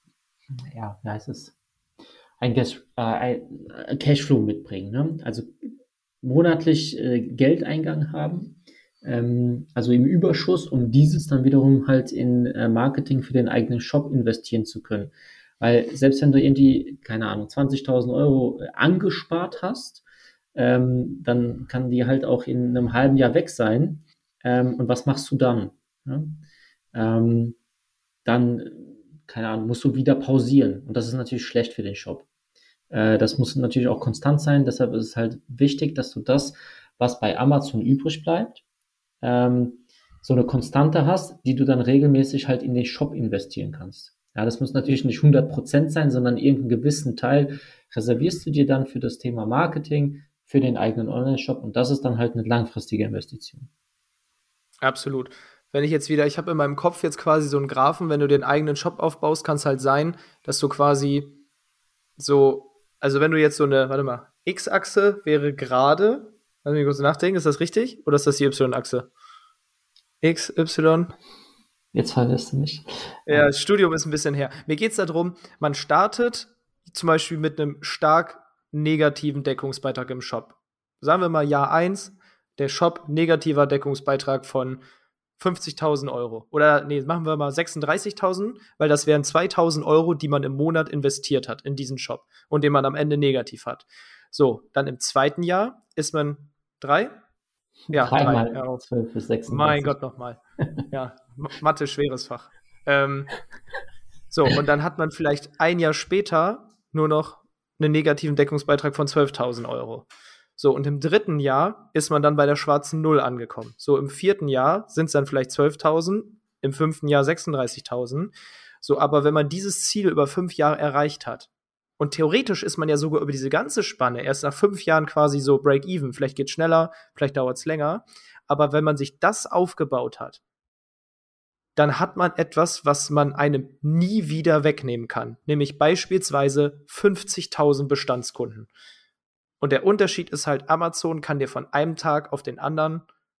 ja, wie heißt es, ein, Cash, äh, ein Cashflow mitbringen, ne? Also monatlich äh, Geldeingang haben, ähm, also im Überschuss, um dieses dann wiederum halt in äh, Marketing für den eigenen Shop investieren zu können. Weil selbst wenn du irgendwie, keine Ahnung, zwanzigtausend Euro angespart hast, ähm, dann kann die halt auch in einem halben Jahr weg sein. Ähm, und was machst du dann? Ja? Ähm, dann, keine Ahnung, musst du wieder pausieren. Und das ist natürlich schlecht für den Shop. Äh, das muss natürlich auch konstant sein. Deshalb ist es halt wichtig, dass du das, was bei Amazon übrig bleibt, ähm, so eine Konstante hast, die du dann regelmäßig halt in den Shop investieren kannst. Ja, das muss natürlich nicht hundert Prozent sein, sondern irgendeinen gewissen Teil reservierst du dir dann für das Thema Marketing, für den eigenen Online-Shop, und das ist dann halt eine langfristige Investition. Absolut. Wenn ich jetzt wieder, ich habe in meinem Kopf jetzt quasi so einen Graphen, wenn du den eigenen Shop aufbaust, kann es halt sein, dass du quasi so, also wenn du jetzt so eine, warte mal, X-Achse wäre gerade, lass mich kurz nachdenken, ist das richtig? Oder ist das die Y-Achse? X, Y? Jetzt verwirrst du mich. Ja, das Studium ist ein bisschen her. Mir geht es darum, man startet zum Beispiel mit einem stark negativen Deckungsbeitrag im Shop. Sagen wir mal Jahr eins, der Shop negativer Deckungsbeitrag von fünfzigtausend Euro. Oder nee, machen wir mal sechsunddreißigtausend, weil das wären zweitausend Euro, die man im Monat investiert hat in diesen Shop und den man am Ende negativ hat. So, dann im zweiten Jahr ist man drei? Ja, drei. drei. Ja, zwölf bis sechsunddreißig. Mein Gott, nochmal. Ja, Mathe, schweres Fach. Ähm, so, und dann hat man vielleicht ein Jahr später nur noch einen negativen Deckungsbeitrag von zwölftausend Euro. So, und im dritten Jahr ist man dann bei der schwarzen Null angekommen. So, im vierten Jahr sind es dann vielleicht zwölftausend, im fünften Jahr sechsunddreißigtausend. So, aber wenn man dieses Ziel über fünf Jahre erreicht hat, und theoretisch ist man ja sogar über diese ganze Spanne erst nach fünf Jahren quasi so Break-Even. Vielleicht geht es schneller, vielleicht dauert es länger. Aber wenn man sich das aufgebaut hat, dann hat man etwas, was man einem nie wieder wegnehmen kann. Nämlich beispielsweise fünfzigtausend Bestandskunden. Und der Unterschied ist halt, Amazon kann dir von einem Tag auf den anderen,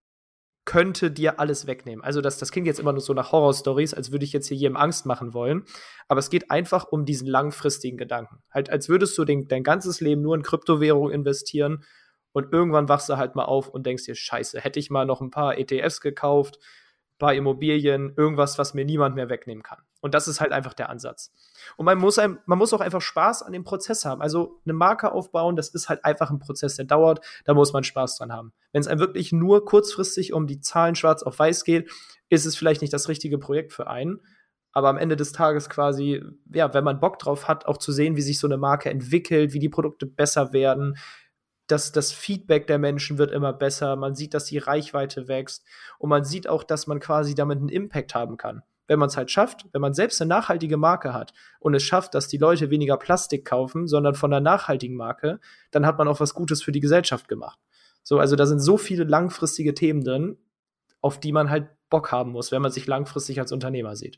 könnte dir alles wegnehmen. Also das, das klingt jetzt immer nur so nach Horror-Stories, als würde ich jetzt hier jedem Angst machen wollen. Aber es geht einfach um diesen langfristigen Gedanken. Halt, als würdest du den, dein ganzes Leben nur in Kryptowährung investieren und irgendwann wachst du halt mal auf und denkst dir, scheiße, hätte ich mal noch ein paar E T Fs gekauft, ein paar Immobilien, irgendwas, was mir niemand mehr wegnehmen kann. Und das ist halt einfach der Ansatz. Und man muss, einem, man muss auch einfach Spaß an dem Prozess haben. Also eine Marke aufbauen, das ist halt einfach ein Prozess, der dauert. Da muss man Spaß dran haben. Wenn es einem wirklich nur kurzfristig um die Zahlen schwarz auf weiß geht, ist es vielleicht nicht das richtige Projekt für einen. Aber am Ende des Tages quasi, ja, wenn man Bock drauf hat, auch zu sehen, wie sich so eine Marke entwickelt, wie die Produkte besser werden, dass das Feedback der Menschen wird immer besser. Man sieht, dass die Reichweite wächst. Und man sieht auch, dass man quasi damit einen Impact haben kann. Wenn man es halt schafft, wenn man selbst eine nachhaltige Marke hat und es schafft, dass die Leute weniger Plastik kaufen, sondern von einer nachhaltigen Marke, dann hat man auch was Gutes für die Gesellschaft gemacht. So, also da sind so viele langfristige Themen drin, auf die man halt Bock haben muss, wenn man sich langfristig als Unternehmer sieht.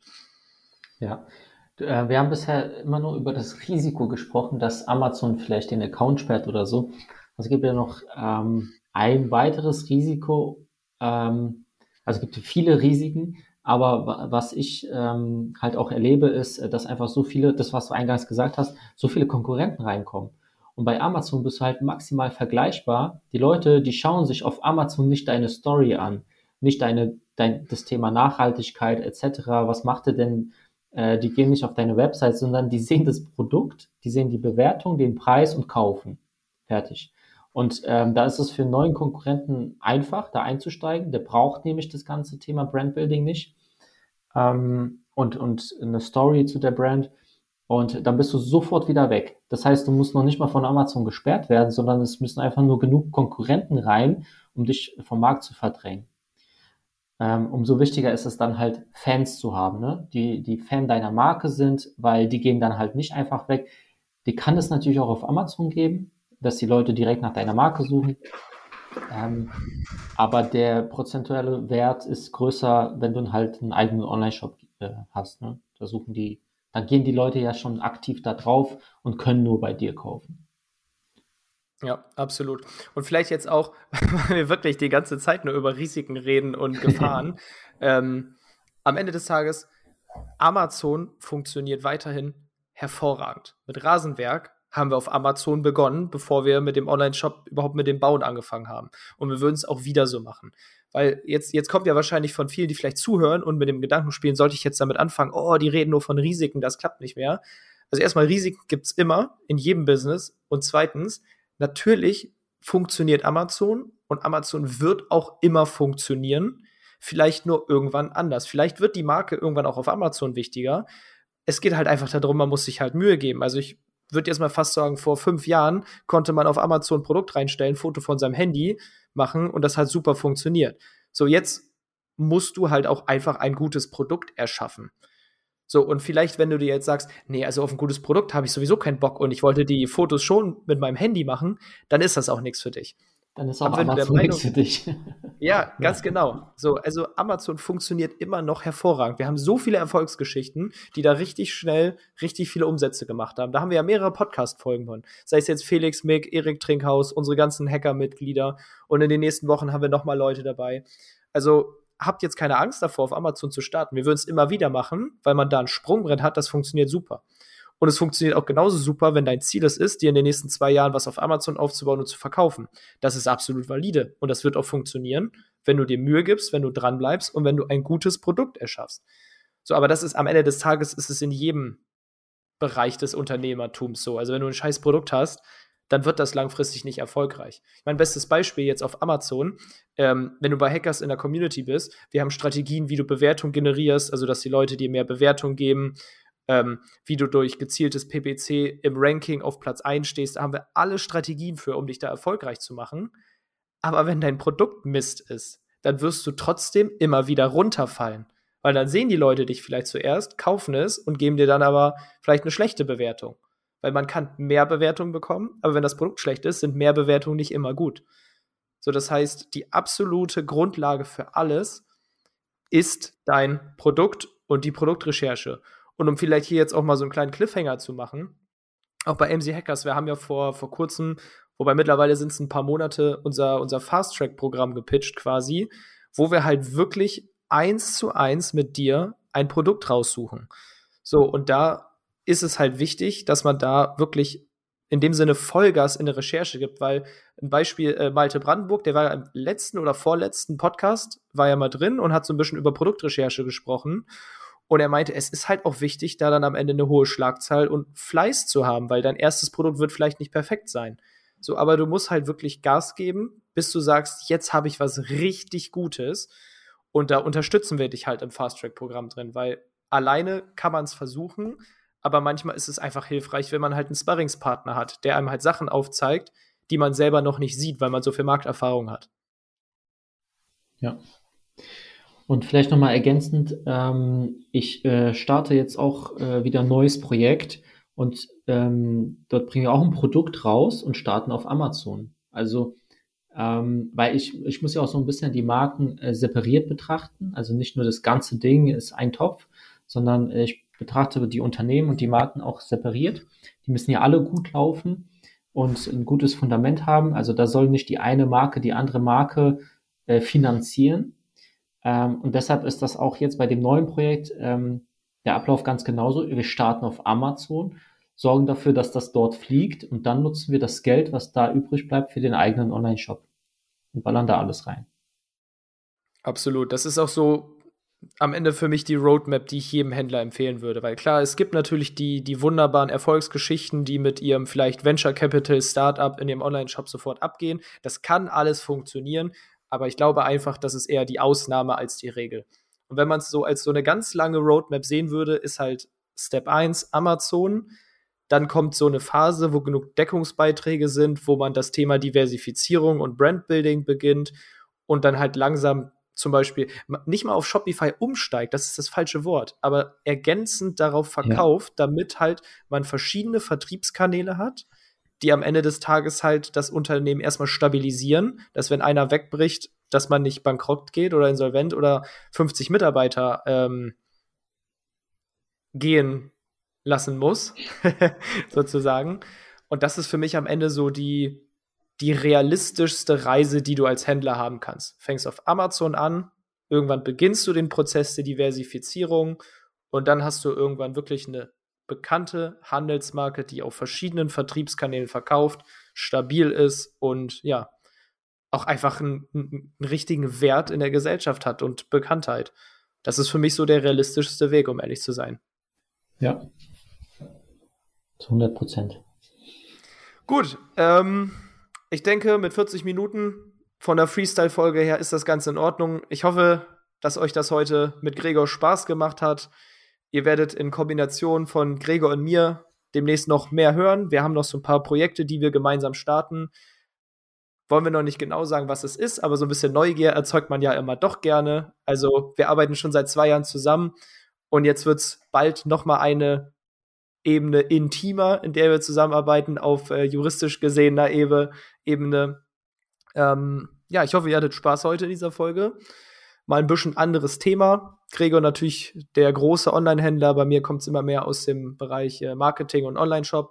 Ja, äh, wir haben bisher immer nur über das Risiko gesprochen, dass Amazon vielleicht den Account sperrt oder so. Es gibt ja noch ähm, ein weiteres Risiko, ähm, also es gibt viele Risiken, aber was ich ähm, halt auch erlebe, ist, dass einfach so viele, das was du eingangs gesagt hast, so viele Konkurrenten reinkommen. Und bei Amazon bist du halt maximal vergleichbar. Die Leute, die schauen sich auf Amazon nicht deine Story an. nicht deine, dein, das Thema Nachhaltigkeit et cetera. Was macht ihr denn? Äh, die gehen nicht auf deine Website, sondern die sehen das Produkt, die sehen die Bewertung, den Preis und kaufen. Fertig. Und ähm, da ist es für einen neuen Konkurrenten einfach, da einzusteigen. Der braucht nämlich das ganze Thema Brandbuilding nicht ähm, und, und eine Story zu der Brand. Und dann bist du sofort wieder weg. Das heißt, du musst noch nicht mal von Amazon gesperrt werden, sondern es müssen einfach nur genug Konkurrenten rein, um dich vom Markt zu verdrängen. Ähm, umso wichtiger ist es dann halt, Fans zu haben, ne? die, die Fan deiner Marke sind, weil die gehen dann halt nicht einfach weg. Die kann es natürlich auch auf Amazon geben, dass die Leute direkt nach deiner Marke suchen. Ähm, aber der prozentuelle Wert ist größer, wenn du halt einen eigenen Online-Shop äh, hast. Ne? Da suchen die, dann gehen die Leute ja schon aktiv da drauf und können nur bei dir kaufen. Ja, absolut. Und vielleicht jetzt auch, weil wir wirklich die ganze Zeit nur über Risiken reden und Gefahren. ähm, am Ende des Tages, Amazon funktioniert weiterhin hervorragend. Mit Rasenwerk haben wir auf Amazon begonnen, bevor wir mit dem Online-Shop überhaupt mit dem Bauen angefangen haben. Und wir würden es auch wieder so machen. Weil jetzt, jetzt kommt ja wahrscheinlich von vielen, die vielleicht zuhören und mit dem Gedanken spielen, sollte ich jetzt damit anfangen, oh, die reden nur von Risiken, das klappt nicht mehr. Also erstmal, Risiken gibt's immer in jedem Business. Und zweitens, natürlich funktioniert Amazon und Amazon wird auch immer funktionieren. Vielleicht nur irgendwann anders. Vielleicht wird die Marke irgendwann auch auf Amazon wichtiger. Es geht halt einfach darum, man muss sich halt Mühe geben. Also ich würde jetzt mal fast sagen, vor fünf Jahren konnte man auf Amazon ein Produkt reinstellen, ein Foto von seinem Handy machen und das hat super funktioniert. So, jetzt musst du halt auch einfach ein gutes Produkt erschaffen. So, und vielleicht, wenn du dir jetzt sagst, nee, also auf ein gutes Produkt habe ich sowieso keinen Bock und ich wollte die Fotos schon mit meinem Handy machen, dann ist das auch nichts für dich. Dann ist auch aber Amazon nichts für dich. Ja, ganz genau. So, also Amazon funktioniert immer noch hervorragend. Wir haben so viele Erfolgsgeschichten, die da richtig schnell richtig viele Umsätze gemacht haben. Da haben wir ja mehrere Podcast-Folgen von. Sei es jetzt Felix, Mick, Erik Trinkhaus, unsere ganzen Hacker-Mitglieder. Und in den nächsten Wochen haben wir nochmal Leute dabei. Also habt jetzt keine Angst davor, auf Amazon zu starten. Wir würden es immer wieder machen, weil man da ein Sprungbrett hat, das funktioniert super. Und es funktioniert auch genauso super, wenn dein Ziel es ist, dir in den nächsten zwei Jahren was auf Amazon aufzubauen und zu verkaufen. Das ist absolut valide und das wird auch funktionieren, wenn du dir Mühe gibst, wenn du dran bleibst und wenn du ein gutes Produkt erschaffst. So, aber das ist am Ende des Tages, ist es in jedem Bereich des Unternehmertums so. Also wenn du ein scheiß Produkt hast, dann wird das langfristig nicht erfolgreich. Mein bestes Beispiel jetzt auf Amazon, ähm, wenn du bei Hackers in der Community bist, wir haben Strategien, wie du Bewertung generierst, also dass die Leute dir mehr Bewertung geben, Ähm, wie du durch gezieltes P P C im Ranking auf Platz eins stehst. Da haben wir alle Strategien für, um dich da erfolgreich zu machen. Aber wenn dein Produkt Mist ist, dann wirst du trotzdem immer wieder runterfallen. Weil dann sehen die Leute dich vielleicht zuerst, kaufen es und geben dir dann aber vielleicht eine schlechte Bewertung. Weil man kann mehr Bewertungen bekommen, aber wenn das Produkt schlecht ist, sind mehr Bewertungen nicht immer gut. So, das heißt, die absolute Grundlage für alles ist dein Produkt und die Produktrecherche. Und um vielleicht hier jetzt auch mal so einen kleinen Cliffhanger zu machen, auch bei A M C Hackers, wir haben ja vor, vor kurzem, wobei mittlerweile sind es ein paar Monate, unser, unser Fast-Track-Programm gepitcht quasi, wo wir halt wirklich eins zu eins mit dir ein Produkt raussuchen. So, und da ist es halt wichtig, dass man da wirklich in dem Sinne Vollgas in der Recherche gibt, weil ein Beispiel, äh, Malte Brandenburg, der war ja im letzten oder vorletzten Podcast, war ja mal drin und hat so ein bisschen über Produktrecherche gesprochen. Und er meinte, es ist halt auch wichtig, da dann am Ende eine hohe Schlagzahl und Fleiß zu haben, weil dein erstes Produkt wird vielleicht nicht perfekt sein. So, aber du musst halt wirklich Gas geben, bis du sagst, jetzt habe ich was richtig Gutes. Und da unterstützen wir dich halt im Fast-Track-Programm drin, weil alleine kann man es versuchen, aber manchmal ist es einfach hilfreich, wenn man halt einen Sparringspartner hat, der einem halt Sachen aufzeigt, die man selber noch nicht sieht, weil man so viel Markterfahrung hat. Ja. Und vielleicht nochmal ergänzend, ähm, ich äh, starte jetzt auch äh, wieder ein neues Projekt und ähm, dort bringen wir auch ein Produkt raus und starten auf Amazon. Also, ähm, weil ich, ich muss ja auch so ein bisschen die Marken äh, separiert betrachten. Also nicht nur das ganze Ding ist ein Topf, sondern äh, ich betrachte die Unternehmen und die Marken auch separiert. Die müssen ja alle gut laufen und ein gutes Fundament haben. Also da soll nicht die eine Marke die andere Marke äh, finanzieren. Ähm, und deshalb ist das auch jetzt bei dem neuen Projekt ähm, der Ablauf ganz genauso. Wir starten auf Amazon, sorgen dafür, dass das dort fliegt und dann nutzen wir das Geld, was da übrig bleibt, für den eigenen Online-Shop und ballern da alles rein. Absolut. Das ist auch so am Ende für mich die Roadmap, die ich jedem Händler empfehlen würde. Weil klar, es gibt natürlich die, die wunderbaren Erfolgsgeschichten, die mit ihrem vielleicht Venture Capital Startup in ihrem Online-Shop sofort abgehen. Das kann alles funktionieren, aber ich glaube einfach, das ist eher die Ausnahme als die Regel. Und wenn man es so als so eine ganz lange Roadmap sehen würde, ist halt Step eins Amazon. Dann kommt so eine Phase, wo genug Deckungsbeiträge sind, wo man das Thema Diversifizierung und Brandbuilding beginnt und dann halt langsam zum Beispiel nicht mal auf Shopify umsteigt, das ist das falsche Wort, aber ergänzend darauf verkauft, ja. damit halt man verschiedene Vertriebskanäle hat, die am Ende des Tages halt das Unternehmen erstmal stabilisieren, dass wenn einer wegbricht, dass man nicht bankrott geht oder insolvent oder fünfzig Mitarbeiter ähm, gehen lassen muss, sozusagen. Und das ist für mich am Ende so die die realistischste Reise, die du als Händler haben kannst. Fängst auf Amazon an, irgendwann beginnst du den Prozess der Diversifizierung und dann hast du irgendwann wirklich eine bekannte Handelsmarke, die auf verschiedenen Vertriebskanälen verkauft, stabil ist und ja, auch einfach einen, einen richtigen Wert in der Gesellschaft hat und Bekanntheit. Das ist für mich so der realistischste Weg, um ehrlich zu sein. Ja, zu hundert Prozent. Gut, ähm, ich denke, mit vierzig Minuten von der Freestyle-Folge her ist das Ganze in Ordnung. Ich hoffe, dass euch das heute mit Gregor Spaß gemacht hat. Ihr werdet in Kombination von Gregor und mir demnächst noch mehr hören. Wir haben noch so ein paar Projekte, die wir gemeinsam starten. Wollen wir noch nicht genau sagen, was es ist, aber so ein bisschen Neugier erzeugt man ja immer doch gerne. Also wir arbeiten schon seit zwei Jahren zusammen und jetzt wird es bald noch mal eine Ebene intimer, in der wir zusammenarbeiten, auf äh, juristisch gesehener Ebene. Ebene. Ähm, ja, ich hoffe, ihr hattet Spaß heute in dieser Folge. Mal ein bisschen anderes Thema. Gregor natürlich der große Online-Händler. Bei mir kommt es immer mehr aus dem Bereich äh, Marketing und Online-Shop.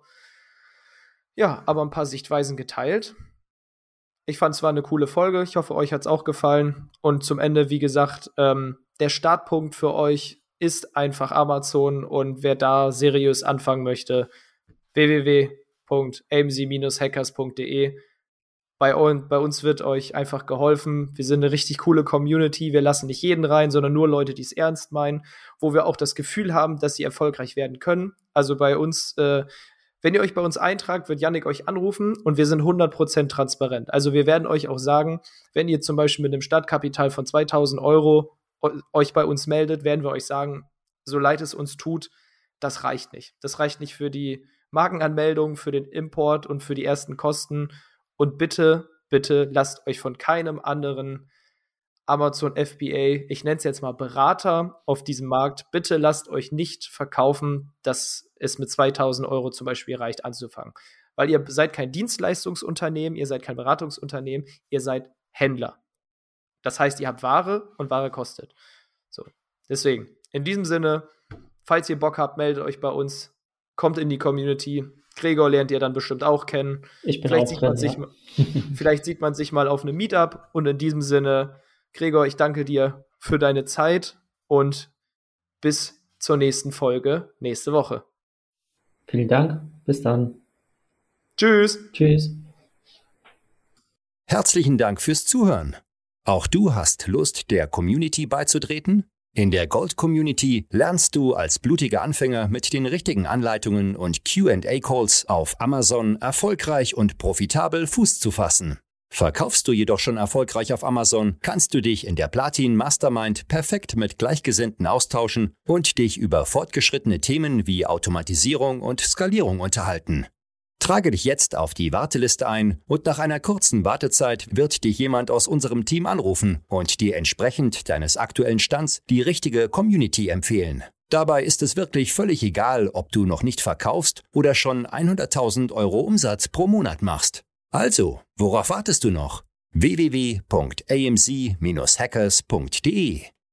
Ja, aber ein paar Sichtweisen geteilt. Ich fand es war eine coole Folge. Ich hoffe, euch hat es auch gefallen. Und zum Ende, wie gesagt, ähm, der Startpunkt für euch ist einfach Amazon und wer da seriös anfangen möchte, w w w punkt a m z dash hackers punkt d e. Bei, bei uns wird euch einfach geholfen. Wir sind eine richtig coole Community. Wir lassen nicht jeden rein, sondern nur Leute, die es ernst meinen, wo wir auch das Gefühl haben, dass sie erfolgreich werden können. Also bei uns, äh, wenn ihr euch bei uns eintragt, wird Yannick euch anrufen und wir sind hundert Prozent transparent. Also wir werden euch auch sagen, wenn ihr zum Beispiel mit einem Startkapital von zweitausend Euro euch bei uns meldet, werden wir euch sagen, so leid es uns tut, das reicht nicht. Das reicht nicht für die Markenanmeldung, für den Import und für die ersten Kosten. Und bitte, bitte lasst euch von keinem anderen Amazon F B A, ich nenne es jetzt mal Berater auf diesem Markt, bitte lasst euch nicht verkaufen, dass es mit zweitausend Euro zum Beispiel reicht anzufangen. Weil ihr seid kein Dienstleistungsunternehmen, ihr seid kein Beratungsunternehmen, ihr seid Händler. Das heißt, ihr habt Ware und Ware kostet. So, deswegen, in diesem Sinne, falls ihr Bock habt, meldet euch bei uns, kommt in die Community. Gregor lernt ihr dann bestimmt auch kennen. Ich bin vielleicht auch sieht drin, man sich, ja. Vielleicht sieht man sich mal auf einem Meetup. Und in diesem Sinne, Gregor, ich danke dir für deine Zeit und bis zur nächsten Folge nächste Woche. Vielen Dank. Bis dann. Tschüss. Tschüss. Herzlichen Dank fürs Zuhören. Auch du hast Lust, der Community beizutreten? In der Gold-Community lernst du als blutiger Anfänger mit den richtigen Anleitungen und Q and A-Calls auf Amazon erfolgreich und profitabel Fuß zu fassen. Verkaufst du jedoch schon erfolgreich auf Amazon, kannst du dich in der Platin Mastermind perfekt mit Gleichgesinnten austauschen und dich über fortgeschrittene Themen wie Automatisierung und Skalierung unterhalten. Trage dich jetzt auf die Warteliste ein und nach einer kurzen Wartezeit wird dich jemand aus unserem Team anrufen und dir entsprechend deines aktuellen Stands die richtige Community empfehlen. Dabei ist es wirklich völlig egal, ob du noch nicht verkaufst oder schon hunderttausend Euro Umsatz pro Monat machst. Also, worauf wartest du noch? w w w punkt a m z dash hackers punkt d e